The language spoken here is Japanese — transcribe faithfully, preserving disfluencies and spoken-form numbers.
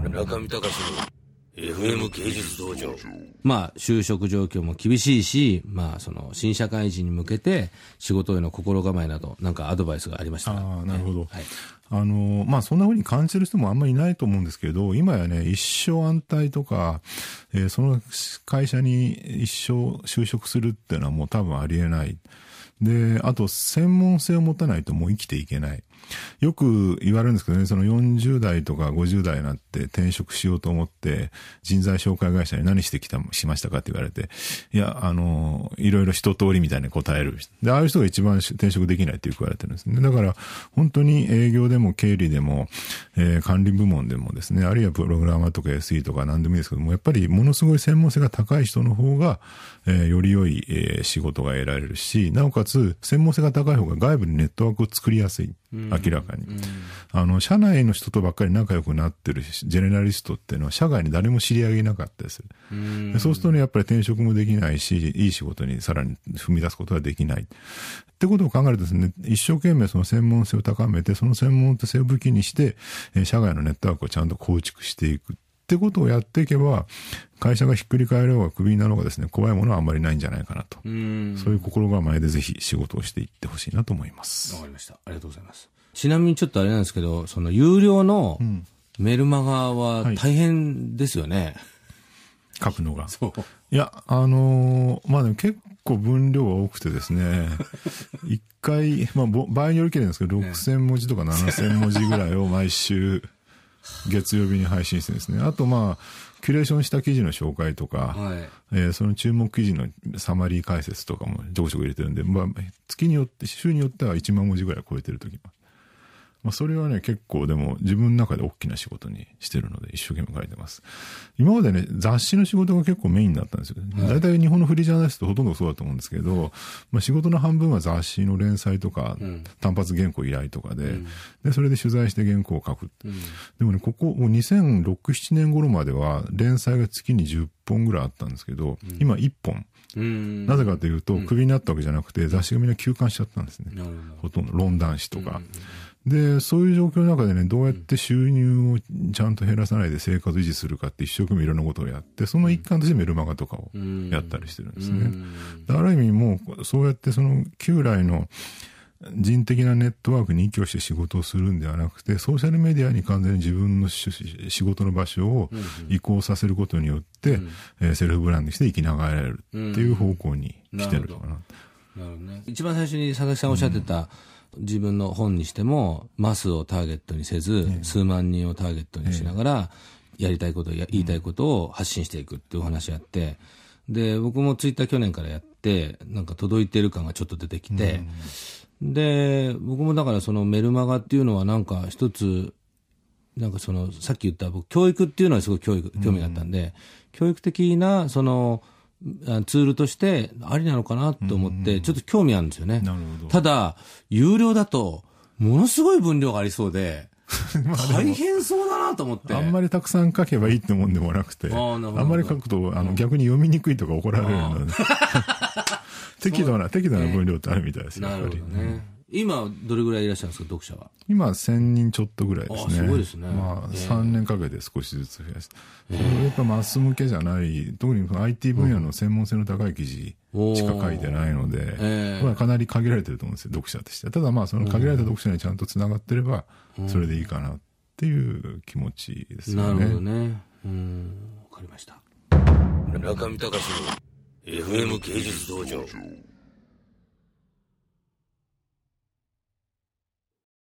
中見隆の エフエム 芸術道場。 まあ就職状況も厳しいし、まあその新社会人に向けて仕事への心構えなどなんかアドバイスがありましたら。 ああ、なるほど。 はい、 あのまあそんな風に感じる人もあんまりいないと思うんですけど、今やね一生安泰とか、えー、その会社に一生就職するっていうのはもう多分ありえない。で、あと専門性を持たないともう生きていけない。よく言われるんですけどね、そのよんじゅう代とかごじゅう代になって転職しようと思って人材紹介会社に何してきたしましたかって言われて、いや、あのいろいろ一通りみたいに答える。で、ああいう人が一番転職できないってよく言われてるんですね。だから本当に営業でも経理でも、えー、管理部門でもですね、あるいはプログラマーとか エスイー とか何でもいいですけども、やっぱりものすごい専門性が高い人の方が、えー、より良い、えー、仕事が得られるし、なおかつ専門性が高い方が外部にネットワークを作りやすい。明らかに、うん、あの社内の人とばっかり仲良くなってるジェネラリストっていうのは社外に誰も知り上げなかったです。うん、そうするとね、やっぱり転職もできないし、いい仕事にさらに踏み出すことができないってことを考えるとですね、一生懸命その専門性を高めて、その専門性を武器にして社外のネットワークをちゃんと構築していくってことをやっていけば、会社がひっくり返ろうがクビになろうがですね、怖いものはあんまりないんじゃないかなと。うん、そういう心構えでぜひ仕事をしていってほしいなと思います。 わかりました。ありがとうございます。ちなみにちょっとあれなんですけど、その有料のメルマガは大変ですよね。 はい、書くのが。 そう。 いや、あのー、まあでも結構分量が多くてですね、一回、まあ場合によりけりなんですけど、ろくせん文字とかななせん文字ぐらいを毎週月曜日に配信してですね、あとまあ、キュレーションした記事の紹介とか、はい、えー、その注目記事のサマリー解説とかもちょこちょこ入れてるんで、まあ、月によって、週によってはいちまん文字ぐらい超えてる時も。まあ、それはね、結構でも自分の中で大きな仕事にしてるので一生懸命書いてます。今までね、雑誌の仕事が結構メインだったんですよ。だいたい日本のフリージャーナリストほとんどそうだと思うんですけど、まあ、仕事の半分は雑誌の連載とか、うん、単発原稿依頼とかで、うん、で、それで取材して原稿を書く。うん、でもね、ここ、にせんろく、ななねん頃までは連載が月にじゅっぽんぐらいあったんですけど、うん、今いっぽん。うん、なぜかというと、クビになったわけじゃなくて、雑誌がみんな休刊しちゃったんですね。ほとんど、論壇誌とか。うんで、そういう状況の中でね、どうやって収入をちゃんと減らさないで生活維持するかって一生懸命いろんなことをやって、その一環としてメルマガとかをやったりしてるんですね。ある意味もう、そうやってその旧来の人的なネットワークに依拠して仕事をするんではなくて、ソーシャルメディアに完全に自分の仕事の場所を移行させることによって、うんえー、セルフブランディングして生きながられるっていう方向に来てるのかな。 なるほどね。一番最初に佐々木さんおっしゃってた、うん自分の本にしてもマスをターゲットにせず、ええ、数万人をターゲットにしながら、やりたいことや言いたいことを発信していくっていうお話あって、で僕もツイッター去年からやってなんか届いてる感がちょっと出てきて、うん、で僕もだからそのメルマガっていうのはなんか一つなんかそのさっき言った僕教育っていうのはすごい興味興味があったんで、うん、教育的なそのツールとしてありなのかなと思ってちょっと興味あるんですよね。 なるほど。 ただ有料だとものすごい分量がありそうで大変そうだなと思って。 あんまりたくさん書けばいいってもんでもなくて、あ, あんまり書くとあの逆に読みにくいとか怒られるので適度な適度な分量ってあるみたいですよ。 なるほどね。今どれぐらいいらっしゃるんですか読者は。 今せんにんちょっとぐらいですね。 あすごいですね。 まあさんねんかけて少しずつ増やして、これやっぱマス向けじゃない、特に アイティー 分野の専門性の高い記事しか書いてないので、これはかなり限られてると思うんですよ読者として。ただまあその限られた読者にちゃんとつながってればそれでいいかなっていう気持ちですよね。 なるほどね。うん、わかりました。 中見隆の エフエム 芸術道場。